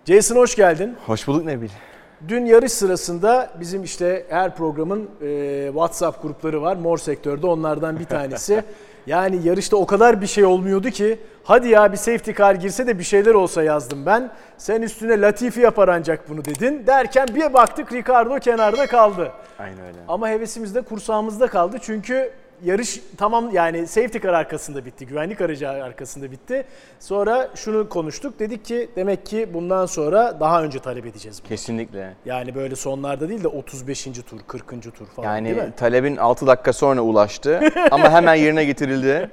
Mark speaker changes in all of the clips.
Speaker 1: Jason hoş geldin.
Speaker 2: Hoş bulduk Nebil.
Speaker 1: Dün yarış sırasında bizim işte her programın WhatsApp grupları var. Mor sektörde onlardan bir tanesi. Yani yarışta o kadar bir şey olmuyordu ki hadi ya bir safety car girse de bir şeyler olsa yazdım ben. Sen üstüne Latifi yapar ancak bunu dedin. Derken bir baktık Ricardo kenarda kaldı.
Speaker 2: Aynen öyle.
Speaker 1: Ama hevesimiz de kursağımızda kaldı çünkü yarış tamam yani safety car arkasında bitti, güvenlik aracı arkasında bitti. Sonra şunu konuştuk, dedik ki demek ki bundan sonra daha önce talep edeceğiz bunu.
Speaker 2: Kesinlikle.
Speaker 1: Yani böyle sonlarda değil de 35. tur, 40. tur falan değil mi?
Speaker 2: Yani talebin 6 dakika sonra ulaştı ama hemen yerine getirildi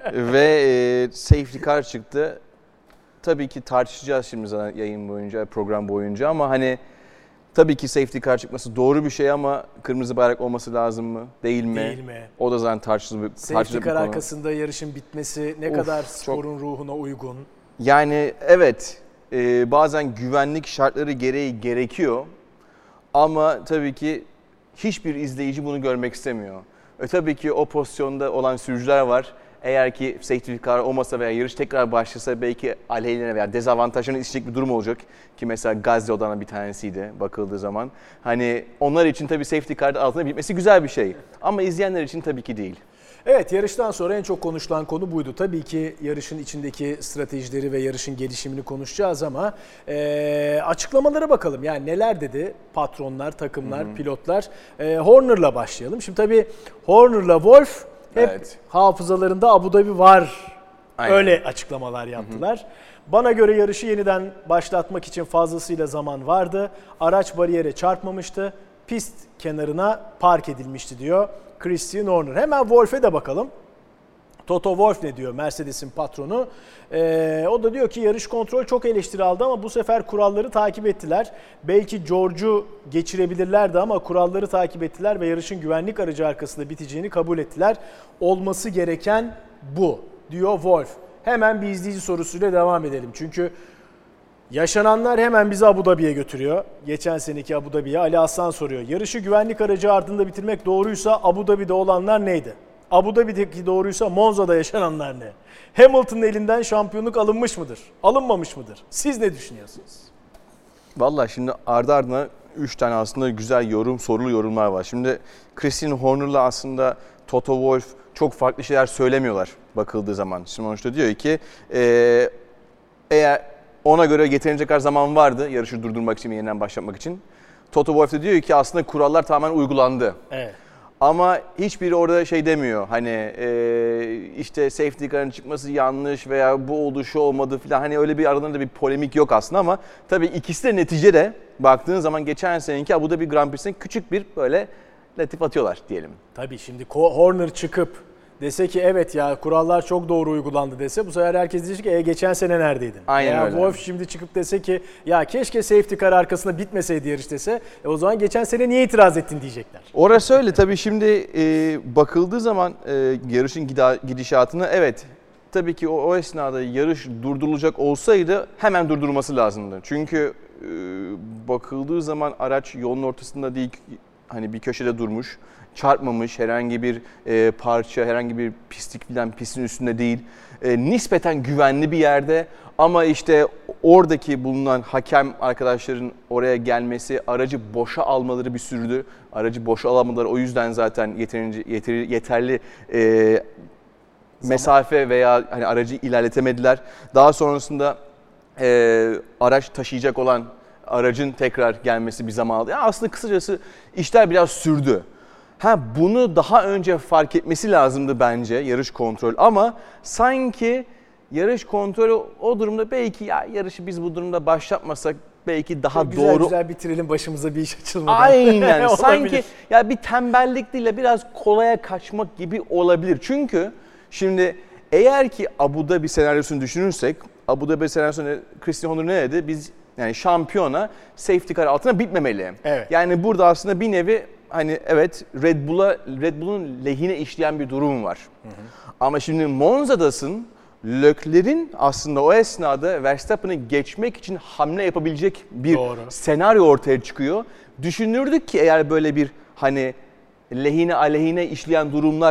Speaker 2: ve safety car çıktı. Tabii ki tartışacağız şimdi zaten yayın boyunca, program boyunca ama hani tabii ki safety car çıkması doğru bir şey ama kırmızı bayrak olması lazım mı? Değil mi?
Speaker 1: Değil mi?
Speaker 2: O da zaten tartışılı bir konu.
Speaker 1: Safety car arkasında yarışın bitmesi ne kadar sporun ruhuna uygun?
Speaker 2: Yani evet, bazen güvenlik şartları gereği gerekiyor ama tabii ki hiçbir izleyici bunu görmek istemiyor. Tabii ki o pozisyonda olan sürücüler var. Eğer ki safety car olmasa veya yarış tekrar başlasa belki aleyhine veya dezavantajlarını isteyecek bir durum olacak. Ki mesela Gazze odanın bir tanesiydi bakıldığı zaman. Hani onlar için tabii safety car'da altına bitmesi güzel bir şey. Ama izleyenler için tabii ki değil.
Speaker 1: Evet, yarıştan sonra en çok konuşulan konu buydu. Tabii ki yarışın içindeki stratejileri ve yarışın gelişimini konuşacağız ama açıklamalara bakalım. Yani neler dedi patronlar, takımlar, pilotlar. Horner'la başlayalım. Şimdi tabii Horner'la Wolff hep hafızalarında Abu Dhabi var. Aynen. Öyle açıklamalar yaptılar. Bana göre yarışı yeniden başlatmak için fazlasıyla zaman vardı. Araç bariyere çarpmamıştı. Pist kenarına park edilmişti diyor Christian Horner. Hemen Wolff'e de bakalım. Toto Wolff ne diyor, Mercedes'in patronu? O da diyor ki yarış kontrol çok eleştiri aldı ama bu sefer kuralları takip ettiler. Belki George'u geçirebilirlerdi ama kuralları takip ettiler ve yarışın güvenlik aracı arkasında biteceğini kabul ettiler. Olması gereken bu diyor Wolff. Hemen bir izleyici sorusuyla devam edelim. Çünkü yaşananlar hemen bizi Abu Dhabi'ye götürüyor. Geçen seneki Abu Dhabi'ye Ali Aslan soruyor. Yarışı güvenlik aracı ardında bitirmek doğruysa Abu Dhabi'de olanlar neydi? Abu Dhabi'deki doğruysa Monza'da yaşananlar ne? Hamilton'ın elinden şampiyonluk alınmış mıdır? Alınmamış mıdır? Siz ne düşünüyorsunuz?
Speaker 2: Vallahi şimdi ardı ardına 3 tane aslında güzel sorulu yorumlar var. Şimdi Christian Horner'la aslında Toto Wolff çok farklı şeyler söylemiyorlar bakıldığı zaman. Sonuçta diyor ki eğer ona göre yeterince kadar zaman vardı yarışı durdurmak için, yeniden başlatmak için. Toto Wolff de diyor ki aslında kurallar tamamen uygulandı.
Speaker 1: Evet.
Speaker 2: Ama hiçbiri orada şey demiyor, hani işte safety car'ın çıkması yanlış veya bu oldu şu olmadı falan, hani öyle bir aralarında bir polemik yok aslında ama tabii ikisi de neticede baktığın zaman geçen seneki Abu Dhabi Grand Prix'sine küçük bir böyle latif atıyorlar diyelim.
Speaker 1: Tabii şimdi Horner çıkıp dese ki evet ya kurallar çok doğru uygulandı dese bu sefer herkes diyecek ki geçen sene neredeydin?
Speaker 2: Aynen öyle.
Speaker 1: Wolff şimdi çıkıp dese ki ya keşke safety car arkasında bitmeseydi yarış dese o zaman geçen sene niye itiraz ettin diyecekler.
Speaker 2: Orası öyle tabii şimdi bakıldığı zaman yarışın gidişatına evet tabii ki o esnada yarış durdurulacak olsaydı hemen durdurulması lazımdı. Çünkü bakıldığı zaman araç yolun ortasında değil, hani bir köşede durmuş. Çarpmamış, herhangi bir parça, herhangi bir pislik falan pistin üstünde değil. Nispeten güvenli bir yerde ama işte oradaki bulunan hakem arkadaşların oraya gelmesi, aracı boşa almaları bir sürdü. Aracı boşa alamadılar, o yüzden zaten yeterli mesafe veya hani aracı ilerletemediler. Daha sonrasında araç taşıyacak olan aracın tekrar gelmesi bir zaman aldı. Yani aslında kısacası işler biraz sürdü. Bunu daha önce fark etmesi lazımdı bence yarış kontrol ama sanki yarış kontrolü o durumda belki ya yarışı biz bu durumda başlatmasak belki daha
Speaker 1: güzel,
Speaker 2: doğru.
Speaker 1: Güzel bitirelim başımıza bir iş açılmadan.
Speaker 2: Aynen sanki ya bir tembellik değil de biraz kolaya kaçmak gibi olabilir. Çünkü şimdi eğer ki Abu Dhabi senaryosunu düşünürsek Abu Dhabi senaryosunda Christian Horner ne dedi? Biz yani şampiyona safety car altına bitmemeli. Evet. Yani burada aslında bir nevi hani evet Red Bull'un lehine işleyen bir durum var. Ama şimdi Monza'dasın, Leclerc'in aslında o esnada Verstappen'ı geçmek için hamle yapabilecek bir senaryo ortaya çıkıyor. Düşünürdük ki eğer böyle bir hani lehine aleyhine işleyen durumlar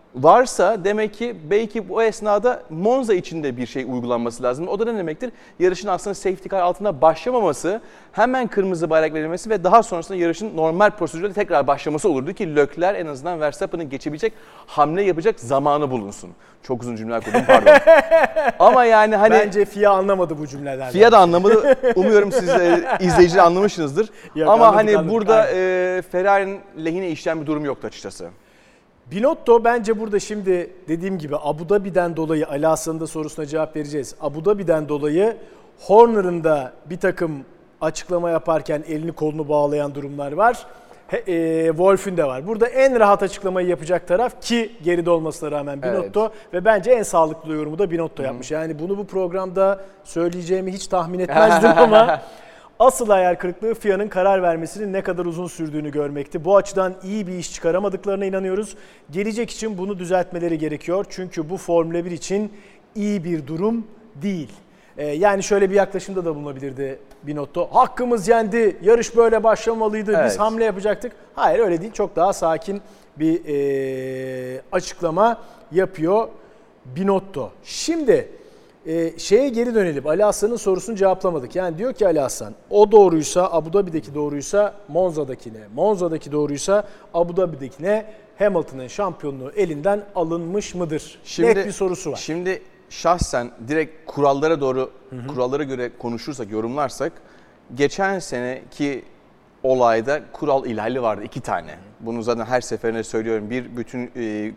Speaker 2: varsa demek ki belki bu esnada Monza içinde bir şey uygulanması lazım. O da ne demektir? Yarışın aslında safety car altında başlamaması, hemen kırmızı bayrak verilmesi ve daha sonrasında yarışın normal prosedürde tekrar başlaması olurdu ki Leclerc en azından Verstappen'ı geçebilecek, hamle yapacak zamanı bulunsun. Çok uzun cümleler kurdum, pardon. Ama yani hani...
Speaker 1: Bence FIA anlamadı bu cümlelerden.
Speaker 2: FIA da anlamadı. Umuyorum siz izleyiciler anlamışsınızdır.
Speaker 1: Yok,
Speaker 2: ama
Speaker 1: anladık,
Speaker 2: hani burada Ferrari'nin lehine işleyen bir durum yoktu açıkçası.
Speaker 1: Binotto bence burada şimdi dediğim gibi Abu Dhabi'den dolayı, Ali Hasan'ın da sorusuna cevap vereceğiz. Abu Dhabi'den dolayı Horner'ın da bir takım açıklama yaparken elini kolunu bağlayan durumlar var. Wolff'ün de var. Burada en rahat açıklamayı yapacak taraf, ki geride olmasına rağmen Binotto, evet. Ve bence en sağlıklı yorumu da Binotto yapmış. Yani bunu bu programda söyleyeceğimi hiç tahmin etmezdim ama asıl hayal kırıklığı FIA'nın karar vermesinin ne kadar uzun sürdüğünü görmekti. Bu açıdan iyi bir iş çıkaramadıklarına inanıyoruz. Gelecek için bunu düzeltmeleri gerekiyor. Çünkü bu Formula 1 için iyi bir durum değil. Yani şöyle bir yaklaşımda da bulunabilirdi Binotto. Hakkımız yendi, yarış böyle başlamalıydı, evet. Biz hamle yapacaktık. Hayır, öyle değil. Çok daha sakin bir açıklama yapıyor Binotto. Şimdi şeye geri dönelim. Ali Hasan'ın sorusunu cevaplamadık. Yani diyor ki Ali Hasan, o doğruysa, Abu Dhabi'deki doğruysa Monza'dakine, Monza'daki doğruysa Abu Dhabi'dekine, Hamilton'ın şampiyonluğu elinden alınmış mıdır? Net bir sorusu var.
Speaker 2: Şimdi şahsen direkt kurallara doğru, kurallara göre konuşursak, yorumlarsak, geçen seneki olayda kural ihlali vardı 2 tane. Bunu zaten her seferinde söylüyorum. Bir, bütün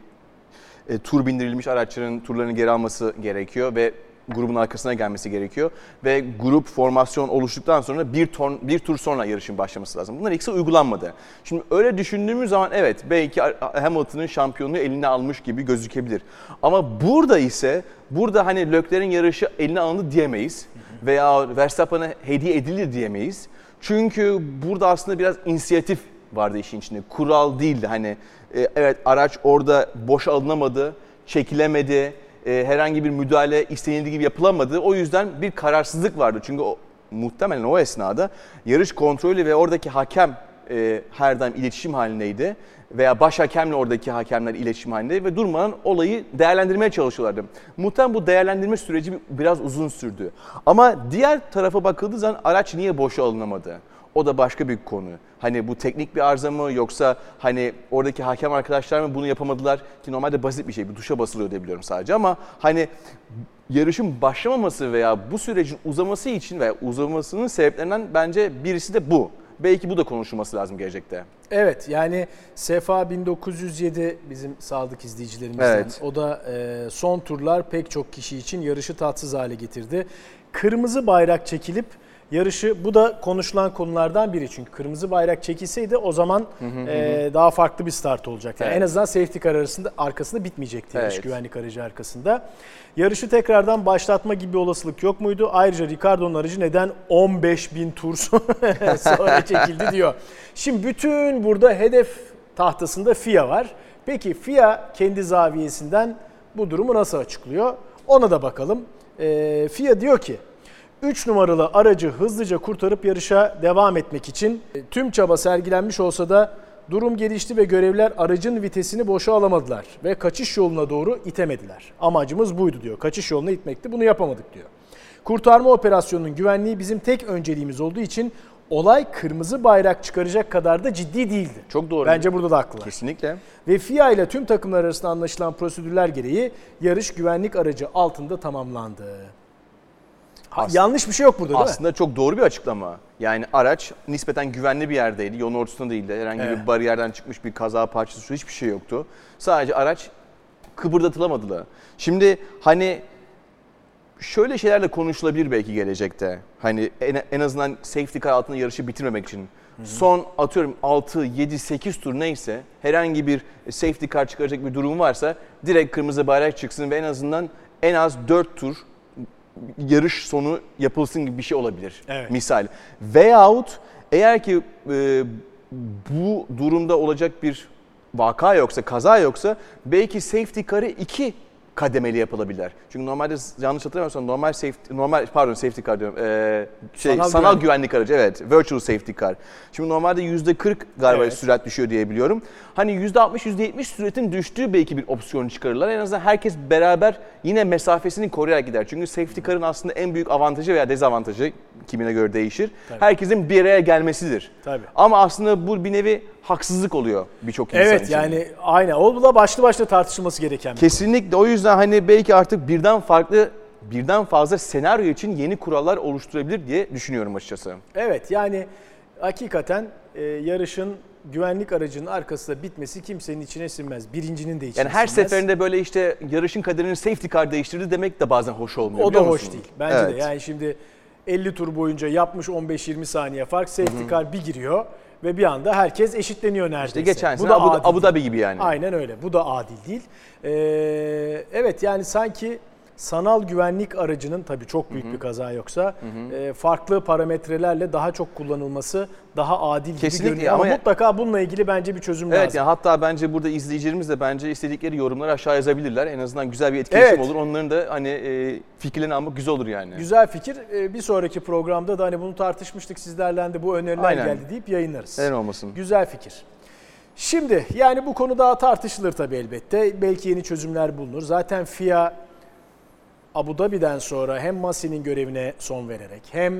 Speaker 2: tur bindirilmiş araçların turlarını geri alması gerekiyor ve grubun arkasına gelmesi gerekiyor. Ve grup formasyon oluştuktan sonra bir tur sonra yarışın başlaması lazım. Bunlar ikisi uygulanmadı. Şimdi öyle düşündüğümüz zaman evet, belki Hamilton'ın şampiyonluğu eline almış gibi gözükebilir. Ama burada hani Leclerc'in yarışı eline alındı diyemeyiz. Veya Verstappen'e hediye edilir diyemeyiz. Çünkü burada aslında biraz inisiyatif vardı işin içinde. Kural değildi. Hani evet, araç orada boşa alınamadı, çekilemedi, herhangi bir müdahale istenildiği gibi yapılamadı. O yüzden bir kararsızlık vardı. Çünkü muhtemelen o esnada yarış kontrolü ve oradaki hakem her daim iletişim halindeydi. Veya baş hakemle oradaki hakemler iletişim halindeydi ve durmadan olayı değerlendirmeye çalışıyorlardı. Muhtemelen bu değerlendirme süreci biraz uzun sürdü. Ama diğer tarafa bakıldığı zaman araç niye boşa alınamadı? O da başka bir konu. Hani bu teknik bir arıza mı, yoksa hani oradaki hakem arkadaşlar mı bunu yapamadılar ki normalde basit bir şey, bir tuşa basılıyor diye biliyorum sadece, ama hani yarışın başlamaması veya bu sürecin uzaması için veya uzamasının sebeplerinden bence birisi de bu. Belki bu da konuşulması lazım gelecekte.
Speaker 1: Evet, yani Sefa 1907 bizim sadık izleyicilerimizden. Evet. O da son turlar pek çok kişi için yarışı tatsız hale getirdi. Kırmızı bayrak çekilip yarışı, bu da konuşulan konulardan biri. Çünkü kırmızı bayrak çekilseydi o zaman daha farklı bir start olacaktı. Yani en azından safety car arkasında bitmeyecekti yarış, güvenlik aracı arkasında. Yarışı tekrardan başlatma gibi bir olasılık yok muydu? Ayrıca Ricardo'nun aracı neden 15.000 tur sonra çekildi diyor. Şimdi bütün burada hedef tahtasında FIA var. Peki FIA kendi zaviyesinden bu durumu nasıl açıklıyor? Ona da bakalım. FIA diyor ki, 3 numaralı aracı hızlıca kurtarıp yarışa devam etmek için tüm çaba sergilenmiş olsa da durum gelişti ve görevliler aracın vitesini boşa alamadılar ve kaçış yoluna doğru itemediler. Amacımız buydu diyor. Kaçış yoluna itmekti. Bunu yapamadık diyor. Kurtarma operasyonunun güvenliği bizim tek önceliğimiz olduğu için olay kırmızı bayrak çıkaracak kadar da ciddi değildi.
Speaker 2: Çok doğru.
Speaker 1: Bence burada da haklılar.
Speaker 2: Kesinlikle.
Speaker 1: Ve FIA ile tüm takımlar arasında anlaşılan prosedürler gereği yarış güvenlik aracı altında tamamlandı. Yanlış bir şey yok burada, değil mi?
Speaker 2: Aslında çok doğru bir açıklama. Yani araç nispeten güvenli bir yerdeydi. Yolun ortasında değildi. Herhangi bir bariyerden çıkmış bir kaza parçası, hiçbir şey yoktu. Sadece araç kıpırdatılamadı. Şimdi hani şöyle şeylerle konuşulabilir belki gelecekte. Hani en azından safety car altında yarışı bitirmemek için. Son atıyorum 6, 7, 8 tur neyse, herhangi bir safety car çıkaracak bir durum varsa direkt kırmızı bayrak çıksın ve en az 4 tur yarış sonu yapılsın gibi bir şey olabilir. Evet. Misal. Veyahut eğer ki bu durumda olacak bir vaka yoksa, kaza yoksa belki safety car'ı 2 kademeli yapılabilirler. Çünkü normalde yanlış hatırlamıyorsam safety car diyorum. Sanal güvenlik aracı, evet, virtual safety car. Şimdi normalde %40 galiba sürat düşüyor diye biliyorum. Hani %60-%70 süratin düştüğü belki bir opsiyon çıkarırlar. En azından herkes beraber yine mesafesini koruyarak gider. Çünkü safety car'ın aslında en büyük avantajı veya dezavantajı kimine göre değişir. Tabii. Herkesin bir araya gelmesidir.
Speaker 1: Tabii.
Speaker 2: Ama aslında bu bir nevi haksızlık oluyor birçok insan için.
Speaker 1: Evet, yani aynen. O da başlı başına tartışılması gereken bir
Speaker 2: kesinlikle konu. O yüzden hani belki artık birden fazla senaryo için yeni kurallar oluşturabilir diye düşünüyorum açıkçası.
Speaker 1: Evet, yani hakikaten yarışın güvenlik aracının arkasında bitmesi kimsenin içine sinmez. Birincinin de içine
Speaker 2: yani her
Speaker 1: sinmez.
Speaker 2: seferinde böyle işte yarışın kaderini safety car değiştirdi demek de bazen hoş olmuyor.
Speaker 1: O da hoş değil. Bence de. Yani şimdi 50 tur boyunca yapmış 15-20 saniye fark, safety car bir giriyor ve bir anda herkes eşitleniyor neredeyse.
Speaker 2: İşte geçen sene Abu Dhabi gibi yani.
Speaker 1: Aynen öyle. Bu da adil değil. Evet, yani sanki sanal güvenlik aracının, tabii çok büyük bir kaza yoksa farklı parametrelerle daha çok kullanılması daha adil gibi görünüyor. Ama mutlaka bununla ilgili bence bir çözüm lazım.
Speaker 2: Evet, yani hatta bence burada izleyicilerimiz de bence istedikleri yorumları aşağı yazabilirler. En azından güzel bir etkileşim olur. Onların da hani fikirlerini almak güzel olur yani.
Speaker 1: Güzel fikir. Bir sonraki programda da hani bunu tartışmıştık, sizlerden de bu öneriler geldi deyip yayınlarız.
Speaker 2: Neden olmasın?
Speaker 1: Güzel fikir. Şimdi yani bu konu daha tartışılır tabii elbette. Belki yeni çözümler bulunur. Zaten FIA Abu Dhabi'den sonra hem Massey'nin görevine son vererek hem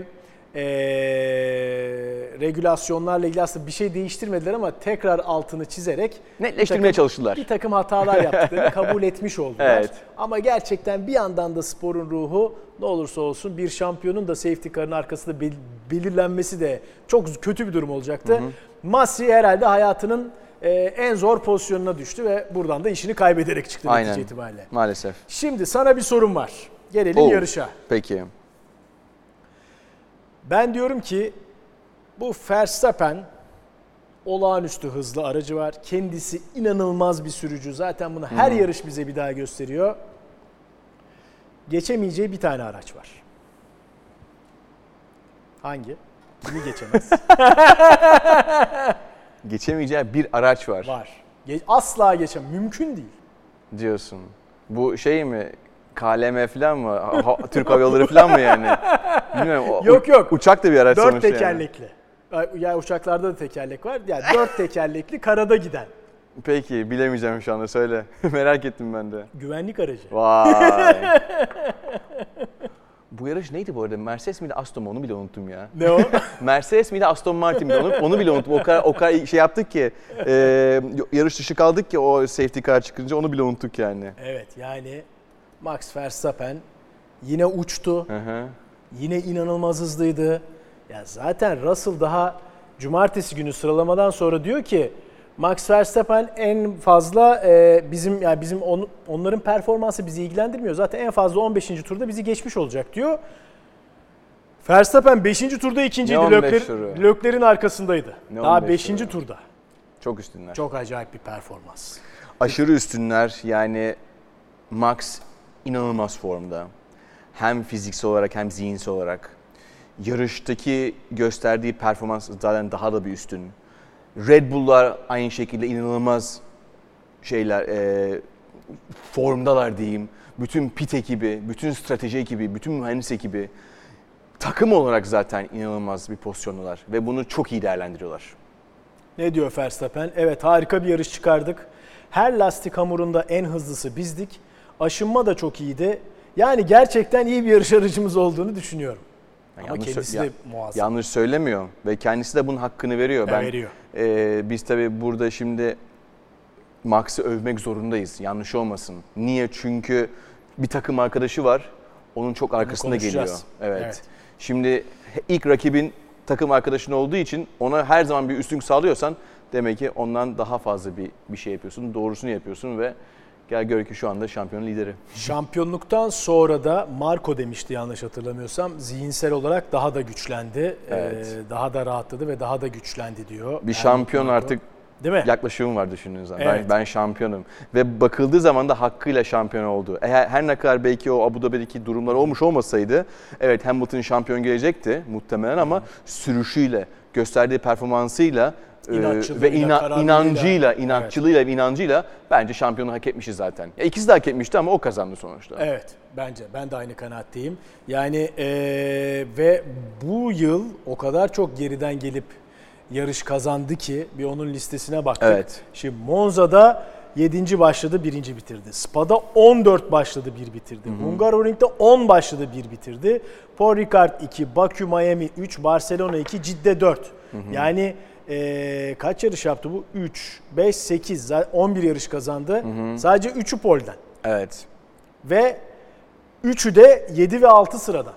Speaker 1: regülasyonlarla ilgili aslında bir şey değiştirmediler ama tekrar altını çizerek
Speaker 2: netleştirmeye çalıştılar.
Speaker 1: Bir takım hatalar yaptıklarını kabul etmiş oldular.
Speaker 2: Evet.
Speaker 1: Ama gerçekten bir yandan da sporun ruhu ne olursa olsun bir şampiyonun da safety car'ın arkasında belirlenmesi de çok kötü bir durum olacaktı. Massey herhalde hayatının en zor pozisyonuna düştü ve buradan da işini kaybederek çıktı netice itibariyle.
Speaker 2: Maalesef.
Speaker 1: Şimdi sana bir sorum var. Gelelim yarışa.
Speaker 2: Peki.
Speaker 1: Ben diyorum ki bu Verstappen olağanüstü hızlı aracı var. Kendisi inanılmaz bir sürücü. Zaten bunu her yarış bize bir daha gösteriyor. Geçemeyeceği bir tane araç var. Hangi? Kimi geçemez?
Speaker 2: Geçemeyeceği bir araç var.
Speaker 1: Var. Asla geçemez. Mümkün değil.
Speaker 2: Diyorsun. Bu şey mi? KLM falan mı? Türk Hava Yolları falan mı yani? Bilmiyorum.
Speaker 1: Yok.
Speaker 2: Uçak da bir araç sonuçta.
Speaker 1: 4 tekerlekli. Yani uçaklarda da tekerlek var. Yani 4 tekerlekli karada giden.
Speaker 2: Peki, bilemeyeceğim şu anda, söyle. Merak ettim ben de.
Speaker 1: Güvenlik aracı.
Speaker 2: Vay. Bu yarış neydi bu arada? Mercedes miydi, Aston mu? Onu bile unuttum ya.
Speaker 1: Ne o?
Speaker 2: Mercedes miydi, Aston Martin miydi? Onu bile unuttum. O kadar şey yaptık ki, yarış dışı kaldık ki o safety car çıkınca onu bile unuttuk yani.
Speaker 1: Evet, yani Max Verstappen yine uçtu. Yine inanılmaz hızlıydı. Ya zaten Russell daha cumartesi günü sıralamadan sonra diyor ki Max Verstappen en fazla onların performansı bizi ilgilendirmiyor. Zaten en fazla 15. turda bizi geçmiş olacak diyor. Verstappen 5. turda ikinciydi. Leclerc'in arkasındaydı. Daha 5. turda.
Speaker 2: Çok üstünler.
Speaker 1: Çok acayip bir performans.
Speaker 2: Aşırı üstünler. Yani Max inanılmaz formda. Hem fiziksel olarak hem zihinsel olarak. Yarıştaki gösterdiği performans zaten daha da bir üstün. Red Bull'lar aynı şekilde inanılmaz formdalar diyeyim. Bütün pit ekibi, bütün strateji ekibi, bütün mühendis ekibi takım olarak zaten inanılmaz bir pozisyondalar ve bunu çok iyi değerlendiriyorlar.
Speaker 1: Ne diyor Verstappen? Evet, harika bir yarış çıkardık. Her lastik hamurunda en hızlısı bizdik. Aşınma da çok iyiydi. Yani gerçekten iyi bir yarış aracımız olduğunu düşünüyorum. Ama kendisi de muazzam.
Speaker 2: Yanlış söylemiyor ve kendisi de bunun hakkını veriyor.
Speaker 1: Veriyor.
Speaker 2: Biz tabii burada şimdi Max'ı övmek zorundayız. Yanlış olmasın. Niye? Çünkü bir takım arkadaşı var. Onun çok arkasında geliyor. Evet. Şimdi ilk rakibin takım arkadaşın olduğu için ona her zaman bir üstünlük sağlıyorsan demek ki ondan daha fazla bir şey yapıyorsun. Doğrusunu yapıyorsun ve gel gör ki şu anda şampiyon lideri. Şampiyonluktan
Speaker 1: sonra da Marco demişti yanlış hatırlamıyorsam. Zihinsel olarak daha da güçlendi.
Speaker 2: Evet.
Speaker 1: Daha da rahatladı ve daha da güçlendi diyor.
Speaker 2: Bir şampiyon artık
Speaker 1: Değil mi?
Speaker 2: yaklaşımım var düşündüğünüz zaman.
Speaker 1: Evet.
Speaker 2: Ben şampiyonum. Ve bakıldığı zaman da hakkıyla şampiyon oldu. Her ne kadar belki o Abu Dhabi'deki durumlar olmuş olmasaydı, evet Hamilton şampiyon gelecekti muhtemelen ama sürüşüyle, gösterdiği performansıyla ve inancıyla bence şampiyonu hak etmişiz zaten. İkisi de hak etmişti ama o kazandı sonuçta.
Speaker 1: Evet, bence. Ben de aynı kanaatteyim. Yani ve bu yıl o kadar çok geriden gelip yarış kazandı ki bir onun listesine baktık.
Speaker 2: Evet.
Speaker 1: Şimdi Monza'da 7. başladı, 1. bitirdi. Spa'da 14 başladı, 1 bitirdi. Hungaroring'de 10 başladı, 1 bitirdi. Paul Ricard 2, Bakü, Miami 3, Barcelona 2, Cidde 4. Yani kaç yarış yaptı bu? 3, 5, 8, 11 yarış kazandı. Sadece 3'ü pole'den.
Speaker 2: Evet.
Speaker 1: Ve 3'ü de 7 ve 6 sıradan.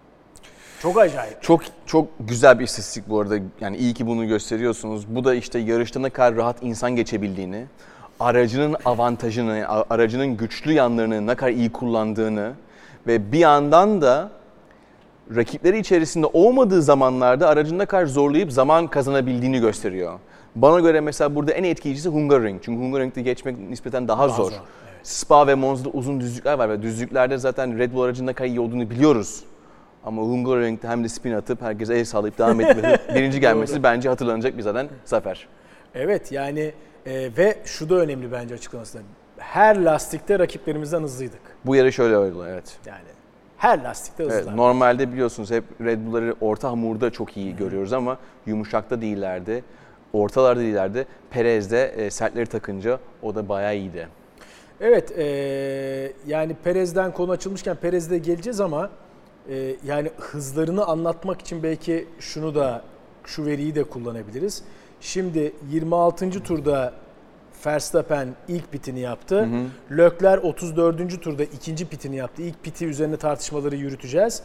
Speaker 1: Çok acayip.
Speaker 2: Çok güzel bir istatistik bu arada. Yani iyi ki bunu gösteriyorsunuz. Bu da işte yarışta ne kadar rahat insan geçebildiğini, aracının avantajını, aracının güçlü yanlarını ne kadar iyi kullandığını ve bir yandan da rakipleri içerisinde olmadığı zamanlarda aracını ne kadar zorlayıp zaman kazanabildiğini gösteriyor. Bana göre mesela burada en etkileyicisi Hungaroring. Çünkü Hungaroring'de geçmek nispeten daha zor. Evet. Spa ve Monza'da uzun düzlükler var ve düzlüklerde zaten Red Bull aracının ne kadar iyi olduğunu biliyoruz. Ama Hungaroring'de hem de spin atıp herkese el sallayıp devam etmesi, birinci gelmesi bence hatırlanacak bir zaten zafer.
Speaker 1: Evet yani ve şu da önemli bence açıklamasında. Her lastikte rakiplerimizden hızlıydık.
Speaker 2: Bu yarış öyle oldu, evet.
Speaker 1: Yani her lastikte hızlılar.
Speaker 2: Evet, normalde biliyorsunuz hep Red Bull'ları orta hamurda çok iyi görüyoruz ama yumuşakta değillerdi. Ortalarda değillerdi. Perez'de sertleri takınca o da bayağı iyiydi.
Speaker 1: Evet yani Perez'den konu açılmışken Perez'de geleceğiz ama yani hızlarını anlatmak için belki şu veriyi de kullanabiliriz. Şimdi 26. turda Verstappen ilk pitini yaptı. Leclerc 34. turda ikinci pitini yaptı. İlk piti üzerine tartışmaları yürüteceğiz.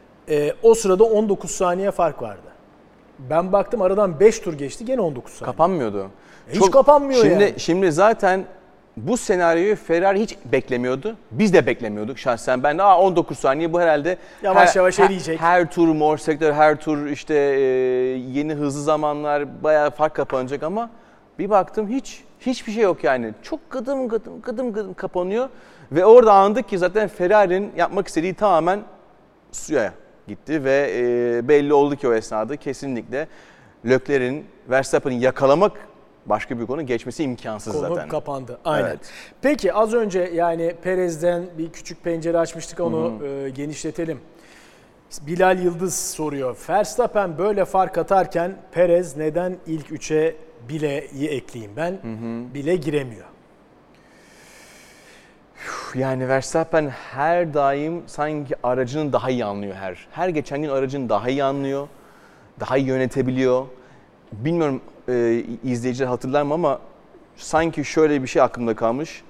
Speaker 1: O sırada 19 saniye fark vardı. Ben baktım aradan 5 tur geçti gene 19 saniye.
Speaker 2: Kapanmıyordu.
Speaker 1: Hiç kapanmıyor yani.
Speaker 2: Şimdi zaten bu senaryoyu Ferrari hiç beklemiyordu. Biz de beklemiyorduk şahsen. Ben de 19 saniye bu herhalde
Speaker 1: yavaş yavaş eriyecek.
Speaker 2: Her tur mor sektör, her tur işte yeni hızlı zamanlar bayağı fark kapanacak ama bir baktım hiçbir şey yok yani. Çok gıdım kapanıyor ve orada anladık ki zaten Ferrari'nin yapmak istediği tamamen suya gitti ve belli oldu ki o esnada kesinlikle Leclerc'in Verstappen'i yakalamak başka bir konu, geçmesi imkansız zaten.
Speaker 1: Konu kapandı. Aynen.
Speaker 2: Evet.
Speaker 1: Peki az önce yani Perez'den bir küçük pencere açmıştık, onu genişletelim. Bilal Yıldız soruyor. Verstappen böyle fark atarken Perez neden ilk 3'e Bile'yi ekleyeyim ben? Bile giremiyor.
Speaker 2: Yani Verstappen her daim sanki aracını daha iyi anlıyor her geçen gün aracını daha iyi anlıyor, daha iyi yönetebiliyor. Bilmiyorum izleyiciler hatırlar mı ama sanki şöyle bir şey aklımda kalmış.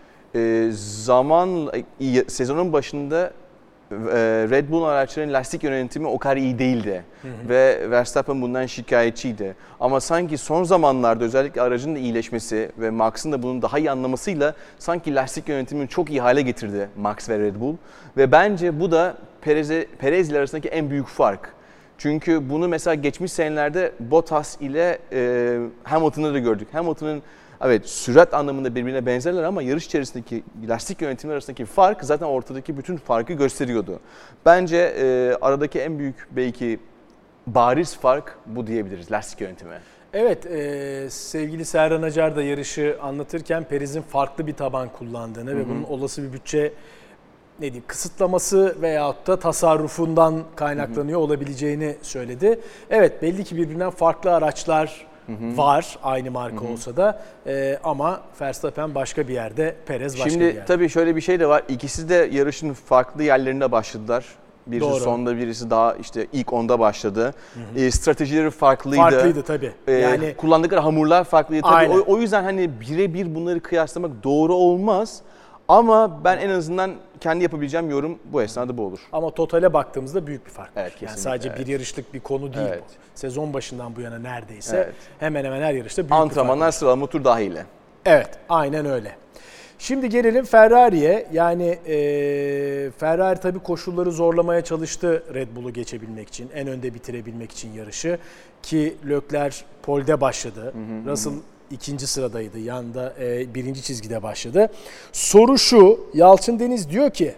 Speaker 2: Sezonun başında Red Bull araçlarının lastik yönetimi o kadar iyi değildi. Ve Verstappen bundan şikayetçiydi. Ama sanki son zamanlarda özellikle aracın da iyileşmesi ve Max'ın da bunu daha iyi anlamasıyla sanki lastik yönetimini çok iyi hale getirdi Max ve Red Bull. Ve bence bu da Perez ile arasındaki en büyük fark. Çünkü bunu mesela geçmiş senelerde Bottas ile Hamilton'da da gördük. Hamilton'ın evet sürat anlamında birbirine benzerler ama yarış içerisindeki lastik yönetimi arasındaki fark zaten ortadaki bütün farkı gösteriyordu. Bence aradaki en büyük belki bariz fark bu diyebiliriz, lastik yönetimi.
Speaker 1: Evet, sevgili Serhan Acar da yarışı anlatırken Perez'in farklı bir taban kullandığını ve bunun olası bir bütçe kısıtlaması veyahut da tasarrufundan kaynaklanıyor olabileceğini söyledi. Evet, belli ki birbirinden farklı araçlar var aynı marka olsa da ama Verstappen başka bir yerde, Perez başka bir yerde.
Speaker 2: Şimdi tabii şöyle bir şey de var. İkisi de yarışın farklı yerlerinde başladılar. Birisi
Speaker 1: Doğru.
Speaker 2: sonda, birisi daha işte ilk 10'da başladı. Stratejileri farklıydı.
Speaker 1: Farklıydı tabii.
Speaker 2: Yani kullandıkları hamurlar farklıydı. Tabii
Speaker 1: Aynen.
Speaker 2: o yüzden hani birebir bunları kıyaslamak doğru olmaz. Ama ben en azından kendi yapabileceğim yorum bu esnada bu olur.
Speaker 1: Ama totale baktığımızda büyük bir fark var.
Speaker 2: Evet,
Speaker 1: yani sadece bir yarışlık bir konu değil bu. Sezon başından bu yana neredeyse hemen hemen her yarışta büyük bir fark var.
Speaker 2: Antrenmanlar, sıralama, tur dahil.
Speaker 1: Evet, aynen öyle. Şimdi gelelim Ferrari'ye. Yani Ferrari tabii koşulları zorlamaya çalıştı Red Bull'u geçebilmek için, en önde bitirebilmek için yarışı. Ki Leclerc pole'de başladı. Russell ikinci sıradaydı. Yanında birinci çizgide başladı. Soru şu, Yalçın Deniz diyor ki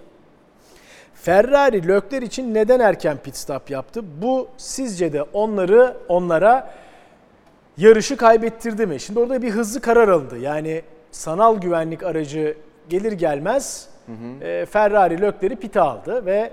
Speaker 1: Ferrari Leclerc için neden erken pit stop yaptı? Bu sizce de onlara yarışı kaybettirdi mi? Şimdi orada bir hızlı karar alındı. Yani sanal güvenlik aracı gelir gelmez Ferrari Leclerc'i pite aldı ve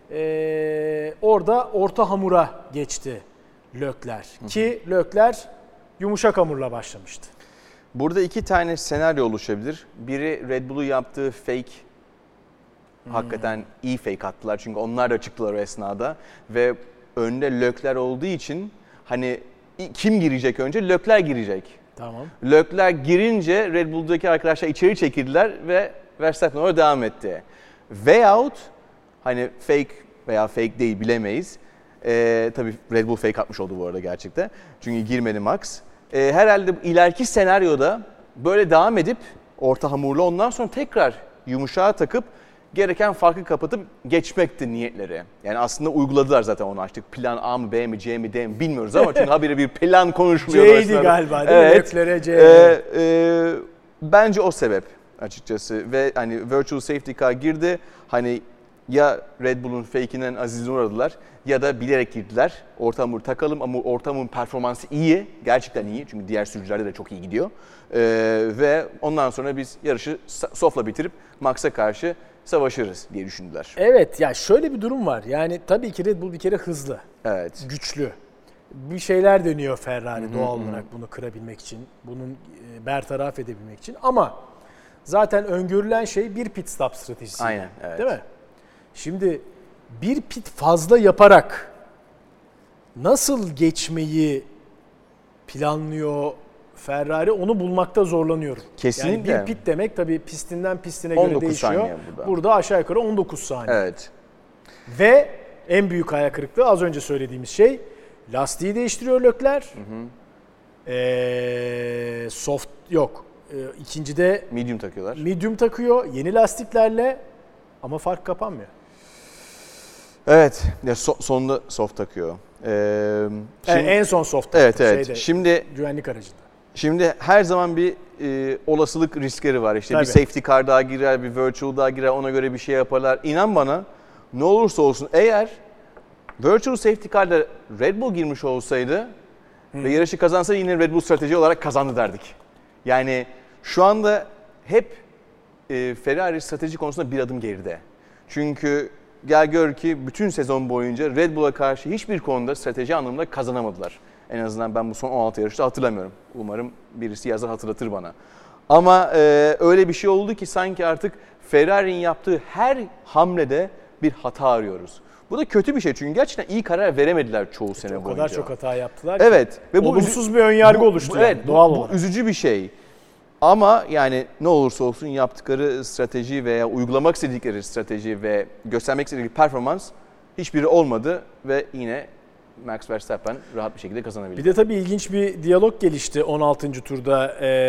Speaker 1: orada orta hamura geçti Leclerc. Ki Leclerc yumuşak hamurla başlamıştı.
Speaker 2: Burada iki tane senaryo oluşabilir. Biri Red Bull'u yaptığı fake, hakikaten iyi fake attılar. Çünkü onlar da çıktılar o esnada. Ve önde Leclerc olduğu için hani kim girecek önce? Leclerc girecek.
Speaker 1: Tamam.
Speaker 2: Leclerc girince Red Bull'daki arkadaşlar içeri çekildiler ve Verstappen orada devam etti. Veyahut hani fake veya fake değil bilemeyiz. Tabii Red Bull fake atmış oldu bu arada gerçekten. Çünkü girmedi Max. Herhalde ileriki senaryoda böyle devam edip orta hamurlu ondan sonra tekrar yumuşağa takıp gereken farkı kapatıp geçmekti niyetleri. Yani aslında uyguladılar zaten onu artık. Plan A mı, B mi, C mi, D mi bilmiyoruz ama çünkü habire bir plan konuşuluyor.
Speaker 1: C'ydi galiba değil mi? Leclerc'e C.
Speaker 2: Bence o sebep açıkçası ve hani virtual safety car girdi. Hani ya Red Bull'un fake'inden azizine uğradılar ya da bilerek girdiler. Orta hamur takalım ama orta hamurun performansı iyi. Gerçekten iyi çünkü diğer sürücülerde de çok iyi gidiyor. Ve ondan sonra biz yarışı soft'la bitirip Max'a karşı savaşırız diye düşündüler.
Speaker 1: Evet ya şöyle bir durum var. Yani tabii ki Red Bull bir kere hızlı.
Speaker 2: Evet.
Speaker 1: Güçlü. Bir şeyler dönüyor Ferrari doğal olarak bunu kırabilmek için. Bunun bertaraf edebilmek için. Ama zaten öngörülen şey bir pit stop stratejisi.
Speaker 2: Aynen, evet.
Speaker 1: Değil mi? Şimdi bir pit fazla yaparak nasıl geçmeyi planlıyor Ferrari onu bulmakta zorlanıyorum.
Speaker 2: Kesinlikle.
Speaker 1: Yani bir pit demek tabii pistinden pistine göre değişiyor.
Speaker 2: 19 saniye burada.
Speaker 1: Burada aşağı yukarı 19 saniye.
Speaker 2: Evet.
Speaker 1: Ve en büyük hayal kırıklığı az önce söylediğimiz şey lastiği değiştiriyor Leclerc. Soft yok. İkincide
Speaker 2: Medium takıyorlar.
Speaker 1: medium takıyor yeni lastiklerle ama fark kapanmıyor.
Speaker 2: Evet. Ya sonunda soft takıyor.
Speaker 1: En son soft taktı.
Speaker 2: Evet evet.
Speaker 1: Şeyde,
Speaker 2: Şimdi
Speaker 1: güvenlik aracında.
Speaker 2: Şimdi her zaman bir olasılık riskleri var. İşte
Speaker 1: Tabii.
Speaker 2: bir safety car daha girer, bir virtual daha girer, ona göre bir şey yaparlar. İnan bana ne olursa olsun eğer virtual safety car'da Red Bull girmiş olsaydı ve yarışı kazansaydı yine Red Bull strateji olarak kazandı derdik. Yani şu anda hep Ferrari strateji konusunda bir adım geride. Çünkü gel gör ki bütün sezon boyunca Red Bull'a karşı hiçbir konuda strateji anlamında kazanamadılar. En azından ben bu son 16 yarışta hatırlamıyorum. Umarım birisi yazar hatırlatır bana. Ama öyle bir şey oldu ki sanki artık Ferrari'nin yaptığı her hamlede bir hata arıyoruz. Bu da kötü bir şey çünkü gerçekten iyi karar veremediler çoğu sene boyunca.
Speaker 1: O kadar çok hata yaptılar ki.
Speaker 2: Evet. Ve bu
Speaker 1: olumsuz bir önyargı oluştu yani,
Speaker 2: evet,
Speaker 1: doğal
Speaker 2: bu
Speaker 1: olarak.
Speaker 2: üzücü bir şey. Ama yani ne olursa olsun yaptıkları strateji veya uygulamak istedikleri strateji ve göstermek istedikleri performans hiçbiri olmadı ve yine Max Verstappen rahat bir şekilde kazanabildi.
Speaker 1: Bir de tabii ilginç bir diyalog gelişti 16. turda.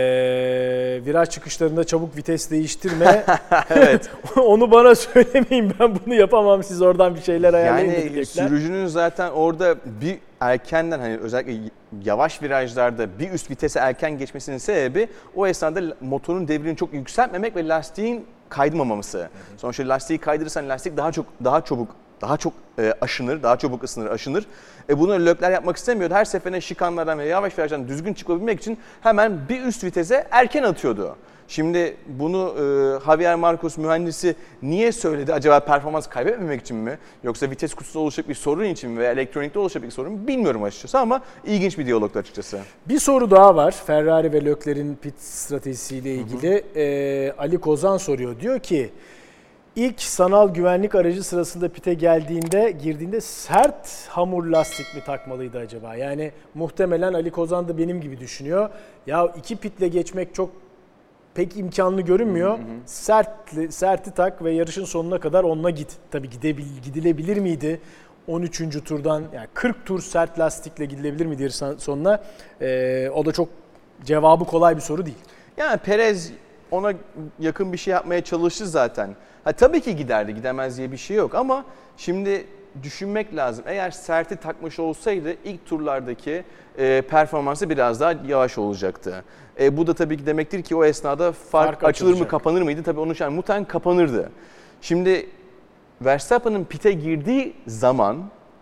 Speaker 1: Viraj çıkışlarında çabuk vites değiştirme.
Speaker 2: Evet.
Speaker 1: Onu bana söylemeyin, ben bunu yapamam, siz oradan bir şeyler ayarlayın
Speaker 2: Yani
Speaker 1: diyecekler.
Speaker 2: sürücünün zaten orada bir erkenden hani özellikle yavaş virajlarda bir üst vitese erken geçmesinin sebebi o esnada motorun devrini çok yükseltmemek ve lastiğin kaydırmaması. Sonuçta lastiği kaydırırsan lastik daha çok aşınır, daha çabuk ısınır, aşınır. Bunu Leclerc yapmak istemiyordu. Her seferinde şikanlardan ve yavaş virajdan düzgün çıkabilmek için hemen bir üst vitese erken atıyordu. Şimdi bunu Javier Marcos mühendisi niye söyledi? Acaba performans kaybetmemek için mi? Yoksa vites kutusunda oluşacak bir sorun için mi? Veya elektronikte oluşacak bir sorun mu? Bilmiyorum açıkçası ama ilginç bir diyalogtu açıkçası.
Speaker 1: Bir soru daha var Ferrari ve Leclerc'in pit stratejisiyle ilgili. Ali Kozan soruyor. Diyor ki ilk sanal güvenlik aracı sırasında pite girdiğinde sert hamur lastik mi takmalıydı acaba? Yani muhtemelen Ali Kozan da benim gibi düşünüyor. Ya iki pitle geçmek çok pek imkanlı görünmüyor. Serti tak ve yarışın sonuna kadar onunla git. Tabii gidilebilir miydi? 13. turdan yani 40 tur sert lastikle gidilebilir miydi yarışın sonuna? O da çok cevabı kolay bir soru değil.
Speaker 2: Yani Perez ona yakın bir şey yapmaya çalıştı zaten. Tabii ki giderdi, gidemez diye bir şey yok ama şimdi düşünmek lazım. Eğer serti takmış olsaydı ilk turlardaki performansı biraz daha yavaş olacaktı. Bu da tabii ki demektir ki o esnada fark açılır mı kapanır mıydı? Tabii onun için muhtemelen kapanırdı. Şimdi Verstappen'ın pit'e girdiği zaman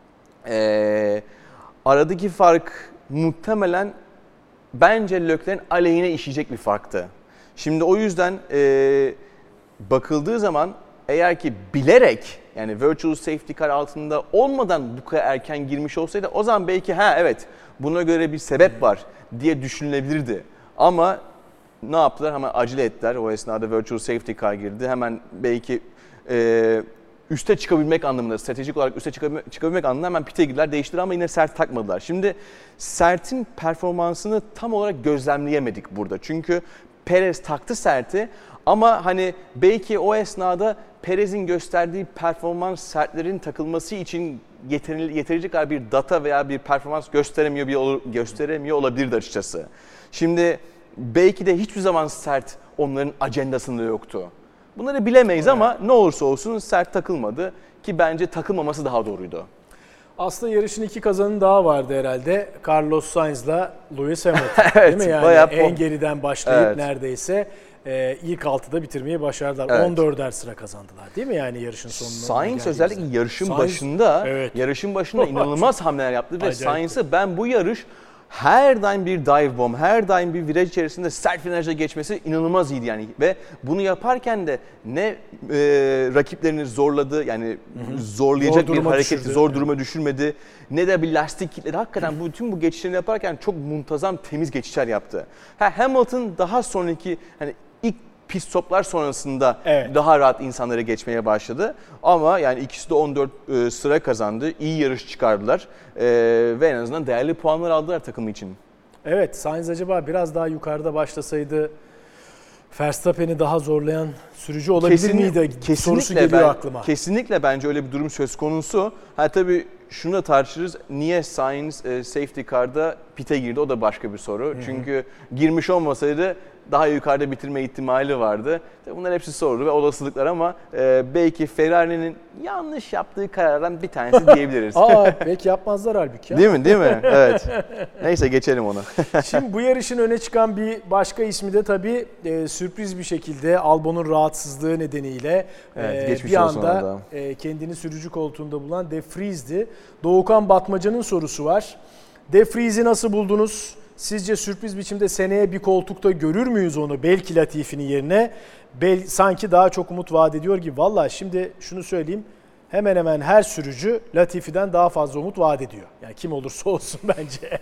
Speaker 2: aradaki fark muhtemelen bence Leclerc'in aleyhine işleyecek bir farktı. Şimdi o yüzden bakıldığı zaman eğer ki bilerek yani virtual safety car altında olmadan bu kadar erken girmiş olsaydı o zaman belki evet buna göre bir sebep var diye düşünülebilirdi. Ama ne yaptılar? Hemen acele ettiler. O esnada virtual safety car girdi. Hemen belki üste çıkabilmek anlamında, stratejik olarak üste çıkabilmek anlamında hemen pit'e girdiler, değiştirdiler ama yine sert takmadılar. Şimdi sertin performansını tam olarak gözlemleyemedik burada. Çünkü Perez taktı serti ama hani belki o esnada Perez'in gösterdiği performans sertlerin takılması için yeterince kadar bir data veya bir performans gösteremiyor olabilirdi açıkçası. Şimdi belki de hiçbir zaman sert onların ajandasında yoktu. Bunları bilemeyiz ama ne olursa olsun sert takılmadı ki bence takılmaması daha doğruydu.
Speaker 1: Aslında yarışın 2 kazanı daha vardı herhalde. Carlos Sainz'la Lewis Hamilton değil mi? Yani en geriden başlayıp neredeyse ilk 6'da bitirmeyi başardılar. Evet. 14'er sıra kazandılar değil mi yani yarışın sonunda?
Speaker 2: Sainz özellikle yarışın başında inanılmaz hamleler yaptı ve Sainz'ı ben bu yarış her daim bir dive bomb, her daim bir viraj içerisinde sert viraja geçmesi inanılmaz iyiydi yani. Ve bunu yaparken de ne rakiplerini zorladı yani zorlayacak bir hareketi zor duruma düşürmedi. Ne de bir lastik kitledi. Hakikaten bütün bu geçişlerini yaparken çok muntazam temiz geçişler yaptı. Hamilton daha sonraki hani ilk pit stoplar sonrasında daha rahat insanları geçmeye başladı. Ama yani ikisi de 14 sıra kazandı. İyi yarış çıkardılar. Ve en azından değerli puanlar aldılar takım için.
Speaker 1: Evet, Sainz acaba biraz daha yukarıda başlasaydı Verstappen'i daha zorlayan sürücü olabilir miydi? Sorusu geliyor aklıma.
Speaker 2: Kesinlikle bence öyle bir durum söz konusu. Tabii şunu da tartışırız. Niye Sainz safety car'da pit'e girdi? O da başka bir soru. Çünkü girmiş olmasaydı daha yukarıda bitirme ihtimali vardı. Bunlar hepsi soru ve olasılıklar ama belki Ferrari'nin yanlış yaptığı karardan bir tanesi diyebiliriz.
Speaker 1: Belki yapmazlar halbuki ya.
Speaker 2: Değil mi? Evet. Neyse geçelim ona.
Speaker 1: Şimdi bu yarışın öne çıkan bir başka ismi de tabii sürpriz bir şekilde Albon'un rahatsızlığı nedeniyle bir anda kendini sürücü koltuğunda bulan De Vries'di. Doğukan Batmaca'nın sorusu var. De Vries'i nasıl buldunuz? Sizce sürpriz biçimde seneye bir koltukta görür müyüz onu belki Latifi'nin yerine? Sanki daha çok umut vaat ediyor gibi. Vallahi şimdi şunu söyleyeyim. Hemen hemen her sürücü Latifi'den daha fazla umut vaat ediyor. Yani kim olursa olsun bence.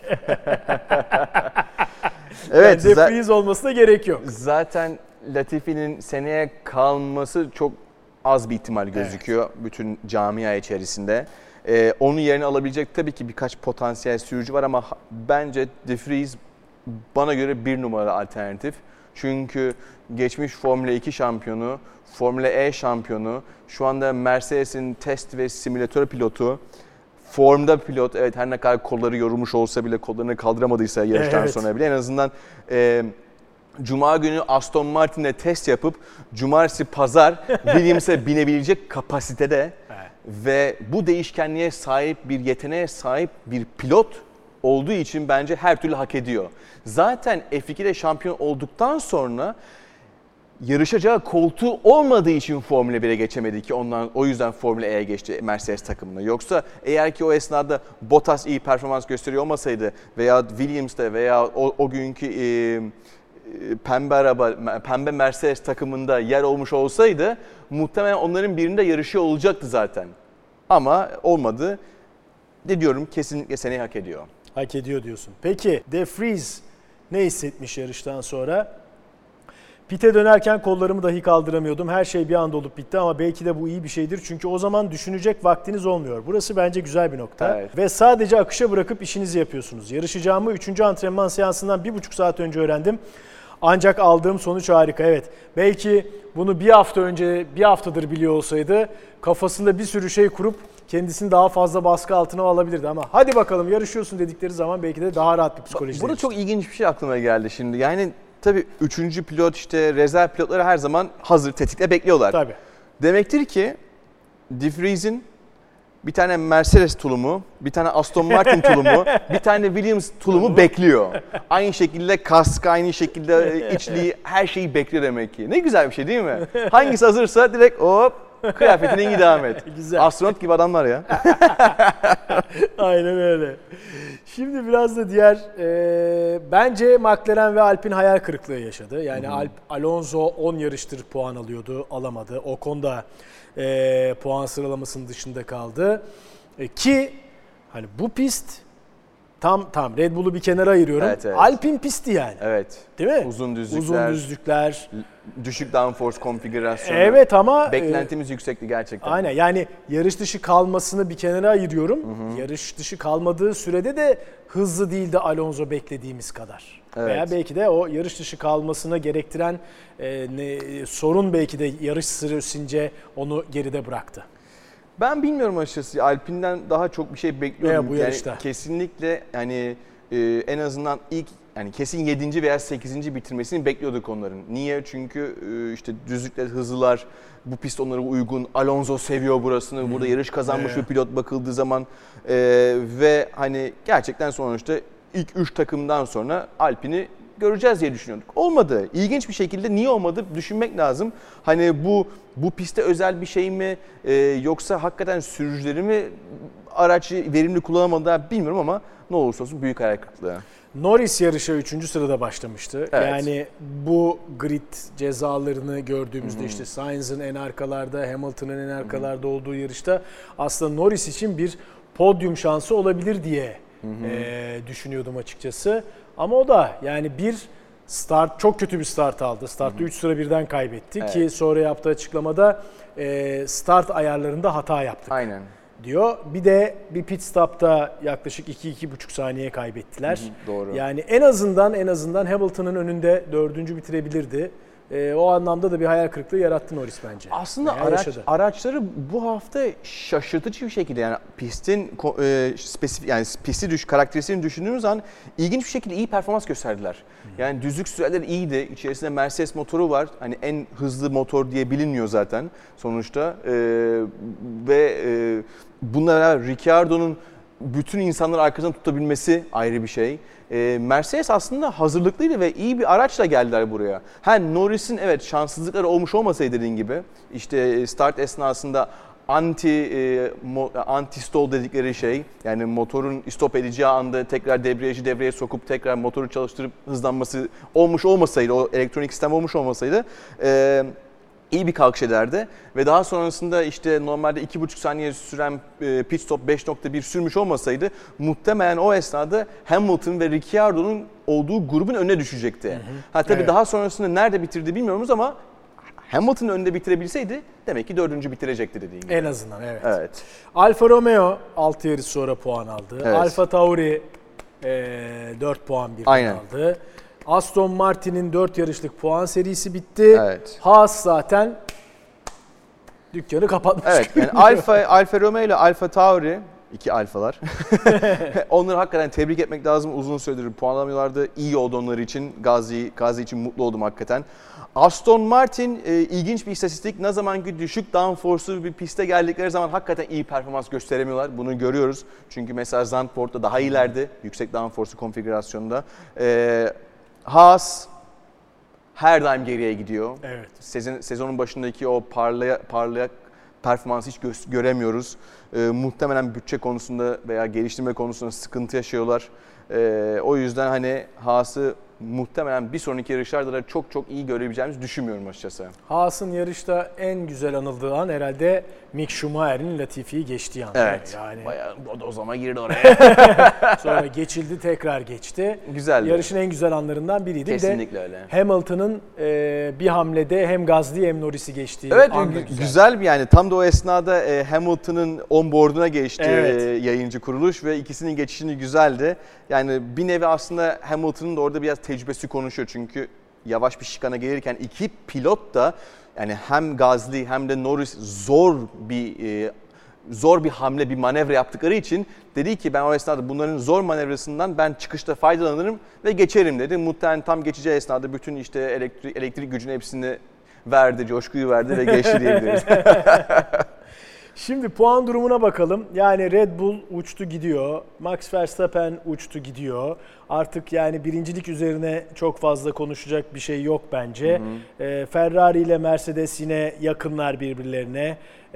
Speaker 1: Evet. Yani De Vries olmasına gerek yok.
Speaker 2: Zaten Latifi'nin seneye kalması çok az bir ihtimal gözüküyor bütün camia içerisinde. Onun yerini alabilecek tabii ki birkaç potansiyel sürücü var ama bence De Vries bana göre bir numaralı alternatif. Çünkü geçmiş Formula 2 şampiyonu, Formula E şampiyonu, şu anda Mercedes'in test ve simülatör pilotu, formda pilot, evet her ne kadar kolları yorulmuş olsa bile, kollarını kaldıramadıysa yarıştan sonra bile en azından Cuma günü Aston Martin'le test yapıp cumartesi pazar Williams'e binebilecek kapasitede ve bu değişkenliğe sahip bir yeteneğe sahip bir pilot olduğu için bence her türlü hak ediyor. Zaten F2'de şampiyon olduktan sonra yarışacağı koltuğu olmadığı için Formula 1'e geçemedi ki o yüzden Formula E'ye geçti Mercedes takımına. Yoksa eğer ki o esnada Bottas iyi performans gösteriyor olmasaydı veya Williams'te veya o günkü pembe Mercedes takımında yer olmuş olsaydı muhtemelen onların birinde yarışıyor olacaktı zaten. Ama olmadı. Ne diyorum, kesinlikle seneye hak ediyor.
Speaker 1: Hak ediyor diyorsun. Peki De Vries ne hissetmiş yarıştan sonra? Pit'e dönerken kollarımı dahi kaldıramıyordum. Her şey bir anda olup bitti ama belki de bu iyi bir şeydir. Çünkü o zaman düşünecek vaktiniz olmuyor. Burası bence güzel bir nokta. Evet. Ve sadece akışa bırakıp işinizi yapıyorsunuz. Yarışacağımı 3. antrenman seansından 1,5 saat önce öğrendim. Ancak aldığım sonuç harika. Evet. Belki bunu bir haftadır biliyor olsaydı kafasında bir sürü şey kurup kendisini daha fazla baskı altına alabilirdi ama hadi bakalım yarışıyorsun dedikleri zaman belki de daha rahat bir psikoloji.
Speaker 2: Burada çok ilginç bir şey aklıma geldi şimdi. Yani tabii 3. pilot rezerv pilotları her zaman hazır tetikte bekliyorlar.
Speaker 1: Tabii.
Speaker 2: Demektir ki De Vries'in bir tane Mercedes tulumu, bir tane Aston Martin tulumu, bir tane Williams tulumu bekliyor. Aynı şekilde kask, aynı şekilde içliği, her şeyi bekliyor demek ki. Ne güzel bir şey değil mi? Hangisi hazırsa direkt hop kıyafetine iyi devam et.
Speaker 1: Güzel.
Speaker 2: Astronot gibi adamlar ya.
Speaker 1: Aynen öyle. Şimdi biraz da diğer, bence McLaren ve Alpine hayal kırıklığı yaşadı. Yani Alonso 10 yarıştır puan alıyordu, alamadı. Ocon da puan sıralamasının dışında kaldı. Ki hani bu pist tam Red Bull'u bir kenara ayırıyorum.
Speaker 2: Evet.
Speaker 1: Alpine pisti yani.
Speaker 2: Evet.
Speaker 1: Değil mi?
Speaker 2: Uzun düzlükler.
Speaker 1: Uzun düzlükler.
Speaker 2: Düşük downforce konfigürasyonu.
Speaker 1: Evet ama
Speaker 2: beklentimiz yüksekti gerçekten.
Speaker 1: aynen, yani yarış dışı kalmasını bir kenara ayırıyorum. Yarış dışı kalmadığı sürede de hızlı değildi Alonso beklediğimiz kadar.
Speaker 2: Evet.
Speaker 1: Veya belki de o yarış dışı kalmasına gerektiren sorun belki de yarış süresince onu geride bıraktı.
Speaker 2: Ben bilmiyorum açıkçası. Alpine'den daha çok bir şey bekliyordum.
Speaker 1: Bu yarışta.
Speaker 2: Yani kesinlikle yani en azından ilk yani kesin 7. veya 8. bitirmesini bekliyorduk onların. Niye? Çünkü işte düzlükler, hızlılar, bu pist onlara uygun. Alonso seviyor burasını. Burada yarış kazanmış bir pilot bakıldığı zaman ve hani gerçekten sonuçta ilk 3 takımdan sonra Alpine'i göreceğiz diye düşünüyorduk. Olmadı. İlginç bir şekilde niye olmadı düşünmek lazım. Hani bu pistte özel bir şey mi yoksa hakikaten sürücüleri mi aracı verimli kullanamadılar bilmiyorum ama ne olursa olsun büyük hayal kırıklığı.
Speaker 1: Norris yarışa 3. sırada başlamıştı.
Speaker 2: Evet.
Speaker 1: Yani bu grid cezalarını gördüğümüzde işte Sainz'ın en arkalarda, Hamilton'ın en arkalarda olduğu yarışta aslında Norris için bir podyum şansı olabilir diye düşünüyordum açıkçası. Ama o da yani çok kötü bir start aldı. Startta 3 sıra birden kaybetti ki sonra yaptığı açıklamada start ayarlarında hata yaptık.
Speaker 2: Aynen.
Speaker 1: Diyor. Bir de bir pit stop'ta yaklaşık 2-2,5 saniye kaybettiler.
Speaker 2: Doğru.
Speaker 1: Yani en azından Hamilton'ın önünde 4. bitirebilirdi. O anlamda da bir hayal kırıklığı yarattı Norris bence.
Speaker 2: Aslında araçları bu hafta şaşırtıcı bir şekilde yani pistin spesifik yani pisti karakteristiğini düşündüğümüz zaman ilginç bir şekilde iyi performans gösterdiler. Yani düzlük süreleri iyiydi. İçerisinde Mercedes motoru var. Hani en hızlı motor diye bilinmiyor zaten sonuçta. Bununla beraber Ricciardo'nun bütün insanları arkasından tutabilmesi ayrı bir şey. Mercedes aslında hazırlıklıydı ve iyi bir araçla geldiler buraya. Norris'in evet şanssızlıkları olmuş olmasaydı dediğin gibi işte start esnasında anti-stall dedikleri şey yani motorun stop edeceği anda tekrar debriyajı devreye sokup tekrar motoru çalıştırıp hızlanması olmuş olmasaydı, o elektronik sistem olmuş olmasaydı iyi bir kalkış ederdi ve daha sonrasında işte normalde 2,5 saniye süren pit stop 5.1 sürmüş olmasaydı muhtemelen o esnada Hamilton ve Ricciardo'nun olduğu grubun önüne düşecekti. Tabii daha sonrasında nerede bitirdi bilmiyoruz ama Hamilton'ın önünde bitirebilseydi demek ki 4. bitirecekti dediğin gibi.
Speaker 1: En azından evet.
Speaker 2: Evet.
Speaker 1: Alfa Romeo 6 yarış sonra puan aldı.
Speaker 2: Evet.
Speaker 1: Alfa Tauri 4 puan birden aldı. Aston Martin'in 4 yarışlık puan serisi bitti.
Speaker 2: Evet.
Speaker 1: Haas zaten dükkanı kapatmış.
Speaker 2: Evet. Yani Alfa Romeo ile Alfa Tauri, 2 alfalar. Onları hakikaten tebrik etmek lazım. Uzun süredir puan alamıyorlardı. İyi oldu onlar için. Gazi için mutlu oldum hakikaten. Aston Martin ilginç bir istatistik. Ne zaman ki düşük downforce'lu bir piste geldikleri zaman hakikaten iyi performans gösteremiyorlar. Bunu görüyoruz. Çünkü mesela Zandvoort'ta daha iyilerdi. Yüksek downforce'lu konfigürasyonda. Haas her daim geriye gidiyor.
Speaker 1: Evet.
Speaker 2: Sezonun başındaki o parlayak performansı hiç çok muhtemelen bütçe konusunda veya geliştirme konusunda sıkıntı yaşıyorlar. O yüzden hani Haas'ı muhtemelen bir sonraki yarışlarda da çok iyi görebileceğimizi düşünmüyorum açıkçası.
Speaker 1: Haas'ın yarışta en güzel anıldığı an herhalde Mick Schumacher'in Latifi'yi geçtiği an.
Speaker 2: Evet.
Speaker 1: Yani
Speaker 2: bayağı bodozlama girdi oraya.
Speaker 1: sonra geçildi, tekrar geçti.
Speaker 2: Güzeldi.
Speaker 1: Yarışın en güzel anlarından biriydi.
Speaker 2: Kesinlikle öyle.
Speaker 1: Hamilton'ın bir hamlede hem Gasly hem Norris'i geçtiği
Speaker 2: evet,
Speaker 1: an
Speaker 2: güzel bir yani tam da o esnada Hamilton'ın onboard'una geçti yayıncı kuruluş ve ikisinin geçişini güzeldi. Yani bir nevi aslında Hamilton'ın da orada biraz tecrübesi konuşuyor çünkü yavaş bir şikana gelirken iki pilot da yani hem Gasly hem de Norris zor bir hamle, bir manevra yaptıkları için dedi ki ben o esnada bunların zor manevrasından ben çıkışta faydalanırım ve geçerim dedi. Muhtemelen tam geçeceği esnada bütün işte elektrik gücünün hepsini verdi, coşkuyu verdi ve geçti diyebiliriz.
Speaker 1: Şimdi puan durumuna bakalım. Yani Red Bull uçtu gidiyor. Max Verstappen uçtu gidiyor. Artık yani birincilik üzerine çok fazla konuşacak bir şey yok bence. Ferrari ile Mercedes yine yakınlar birbirlerine.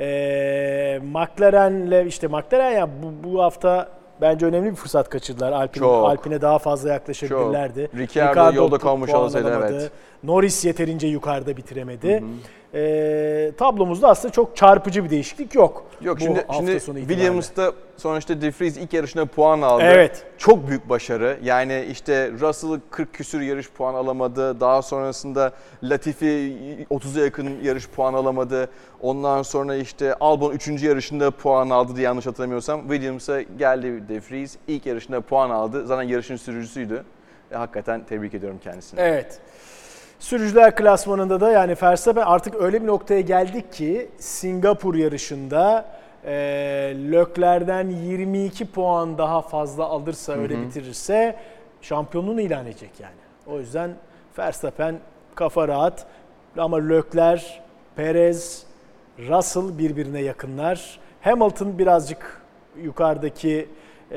Speaker 1: McLaren'le işte McLaren ya bu hafta bence önemli bir fırsat kaçırdılar. Alpine daha fazla yaklaşabilirlerdi.
Speaker 2: Ricciardo yolda kalmış olsaydı evet.
Speaker 1: Norris yeterince yukarıda bitiremedi. Tablomuzda aslında çok çarpıcı bir değişiklik yok.
Speaker 2: Yok şimdi Williams'da sonuçta De Vries ilk yarışında puan aldı.
Speaker 1: Evet.
Speaker 2: Çok büyük başarı. Yani işte Russell 40 küsür yarış puan alamadı. Daha sonrasında Latifi 30'a yakın yarış puan alamadı. Ondan sonra işte Albon 3. yarışında puan aldı diye yanlış hatırlamıyorsam. Williams'a geldi De Vries. İlk yarışında puan aldı. Zaten yarışın sürücüsüydü. Hakikaten tebrik ediyorum kendisini.
Speaker 1: Evet. Sürücüler klasmanında da yani Verstappen artık öyle bir noktaya geldik ki Singapur yarışında Leclerc'den 22 puan daha fazla alırsa öyle bitirirse şampiyonluğunu ilan edecek yani. O yüzden Verstappen kafa rahat ama Leclerc, Perez, Russell birbirine yakınlar. Hamilton birazcık yukarıdaki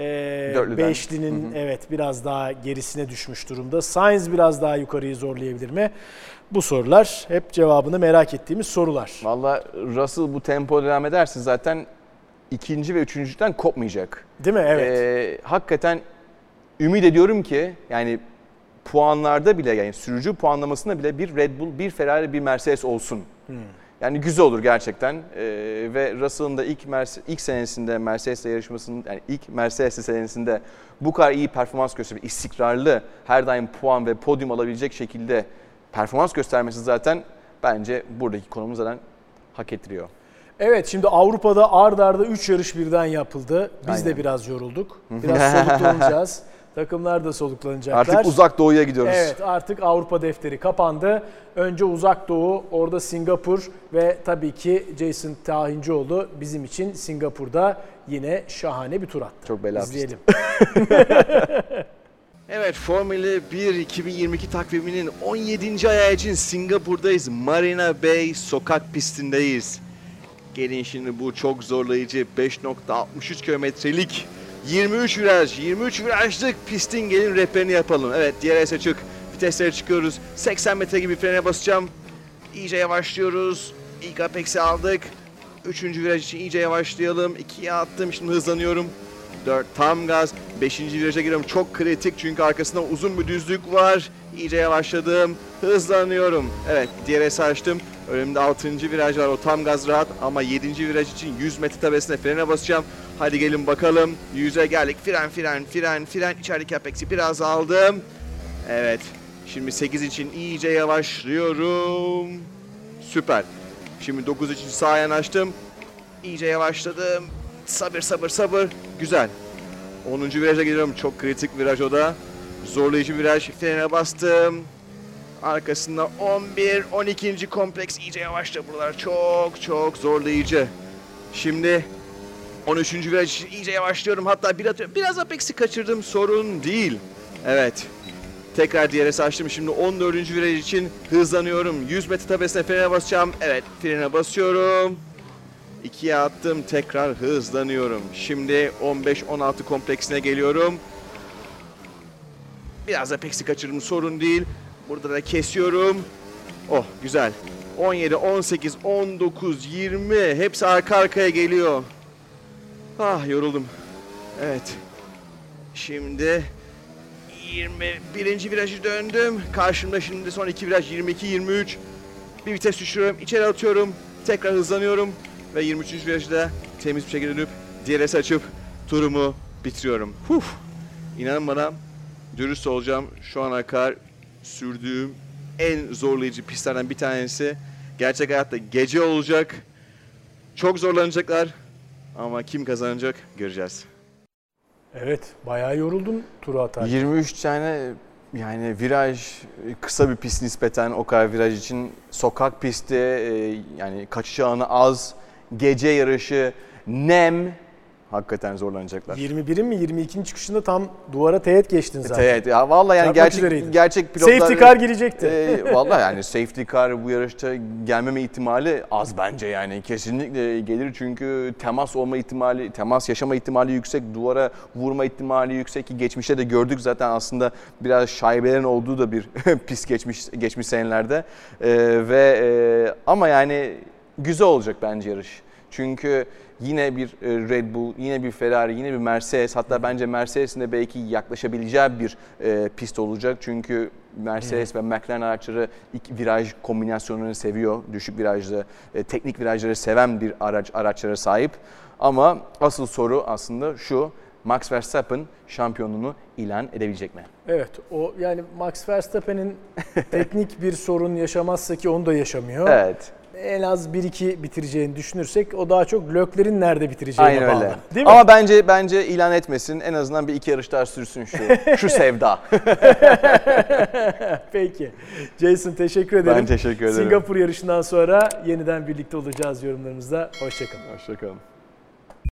Speaker 1: beşlinin biraz daha gerisine düşmüş durumda. Sainz biraz daha yukarıyı zorlayabilir mi? Bu sorular hep cevabını merak ettiğimiz sorular.
Speaker 2: Vallahi Russell bu tempo devam ederse zaten ikinci ve üçüncüden kopmayacak.
Speaker 1: Değil mi? Evet.
Speaker 2: Hakikaten ümit ediyorum ki yani puanlarda bile yani sürücü puanlamasında bile bir Red Bull, bir Ferrari, bir Mercedes olsun. Yani güzel olur gerçekten ve Russell'ın da ilk senesinde Mercedes'le yarışmasının yani ilk Mercedes'li senesinde bu kadar iyi performans gösterip istikrarlı her daim puan ve podyum alabilecek şekilde performans göstermesi zaten bence buradaki konumu zaten hak ettiriyor.
Speaker 1: Evet şimdi Avrupa'da ard arda 3 yarış birden yapıldı. Biz de biraz yorulduk. Biraz soluklanacağız. Takımlar da soluklanacaklar.
Speaker 2: Artık uzak doğuya gidiyoruz.
Speaker 1: Evet artık Avrupa defteri kapandı. Önce uzak doğu, orada Singapur ve tabii ki Jason Tahincioğlu bizim için Singapur'da yine şahane bir tur attı.
Speaker 2: Çok bela
Speaker 1: İzleyelim.
Speaker 3: Evet, Formula 1 2022 takviminin 17. ayağı için Singapur'dayız. Marina Bay sokak pistindeyiz. Gelin şimdi bu çok zorlayıcı 5.63 kilometrelik 23 virajlık pistin gelin rehberini yapalım. Evet, DRS'e çık. Viteslere çıkıyoruz. 80 metre gibi frene basacağım. İyice yavaşlıyoruz. İlk apex'i aldık. 3. viraj için iyice yavaşlayalım. 2'ye attım. Şimdi hızlanıyorum. 4 tam gaz. 5. viraja giriyorum. Çok kritik çünkü arkasında uzun bir düzlük var. İyice yavaşladım. Hızlanıyorum. Evet, DRS açtım. Önümde 6. viraj var. O tam gaz rahat ama 7. viraj için 100 metre tepesine frene basacağım. Hadi gelin bakalım. 100'e geldik. Fren. İçerideki apex'i biraz aldım. Evet. Şimdi 8 için iyice yavaşlıyorum. Süper. Şimdi 9 için sağa yanaştım. İyice yavaşladım. Sabır. Güzel. 10. viraja geliyorum. Çok kritik viraj o da. Zorlayıcı viraj. Frene bastım. Arkasında 11, 12. kompleks. İyice yavaşla buralar. Çok zorlayıcı. Şimdi 13. viraj için iyice yavaşlıyorum. Hatta bir atıyorum. Biraz apex'i kaçırdım. Sorun değil. Evet. Tekrar DRS açtım. Şimdi 14. viraj için hızlanıyorum. 100 metre tepesine frene basacağım. Evet. Frene basıyorum. 2'ye attım. Tekrar hızlanıyorum. Şimdi 15-16 kompleksine geliyorum. Biraz apex'i kaçırdım. Sorun değil. Burada da kesiyorum. Oh güzel. 17, 18, 19, 20. Hepsi arka arkaya geliyor. Ah yoruldum. Evet. Şimdi 21. virajı döndüm. Karşımda şimdi son 2 viraj 22, 23. Bir vites düşürüyorum. İçeri atıyorum. Tekrar hızlanıyorum. Ve 23. virajı da temiz bir şekilde dönüp DRS açıp turumu bitiriyorum. İnanın bana dürüst olacağım. Şu ana kadar sürdüğüm en zorlayıcı pistlerden bir tanesi. Gerçek hayatta gece olacak. Çok zorlanacaklar. Ama kim kazanacak göreceğiz.
Speaker 1: Evet, bayağı yoruldun turu atarken.
Speaker 2: 23 tane yani viraj, kısa bir pist nispeten o kadar viraj için. Sokak pisti, yani kaçış alanı az, gece yarışı, nem. Hakikaten zorlanacaklar.
Speaker 1: 21'in mi 22'nin çıkışında tam duvara teğet geçtin zaten.
Speaker 2: Evet ya vallahi yani
Speaker 1: Çarpmak üzereydin.
Speaker 2: gerçek pilotlar
Speaker 1: Safety car girecekti.
Speaker 2: Vallahi yani safety car bu yarışta gelmeme ihtimali az bence yani kesinlikle gelir çünkü temas olma ihtimali, temas yaşama ihtimali yüksek, duvara vurma ihtimali yüksek ki geçmişte de gördük zaten aslında biraz şaibelerin olduğu da bir pist geçmiş senelerde ama yani güzel olacak bence yarış. Çünkü yine bir Red Bull, yine bir Ferrari, yine bir Mercedes, hatta bence Mercedes'in de belki yaklaşabileceği bir pist olacak. Çünkü Mercedes ve McLaren araçları viraj kombinasyonlarını seviyor. Düşük virajlı, teknik virajları seven bir araçlara sahip. Ama asıl soru aslında şu, Max Verstappen şampiyonluğunu ilan edebilecek mi?
Speaker 1: Evet, o yani Max Verstappen'in teknik bir sorun yaşamazsa ki onu da yaşamıyor.
Speaker 2: Evet.
Speaker 1: En az 1-2 bitireceğini düşünürsek o daha çok Lökler'in nerede bitireceğine bağlı.
Speaker 2: Öyle.
Speaker 1: Değil mi?
Speaker 2: Ama bence ilan etmesin. En azından bir 2 yarış daha sürsün şu sevda.
Speaker 1: Peki. Jason teşekkür ederim.
Speaker 2: Ben teşekkür ederim.
Speaker 1: Singapur yarışından sonra yeniden birlikte olacağız yorumlarımızda. Hoşça kalın.
Speaker 2: Hoşça kalın.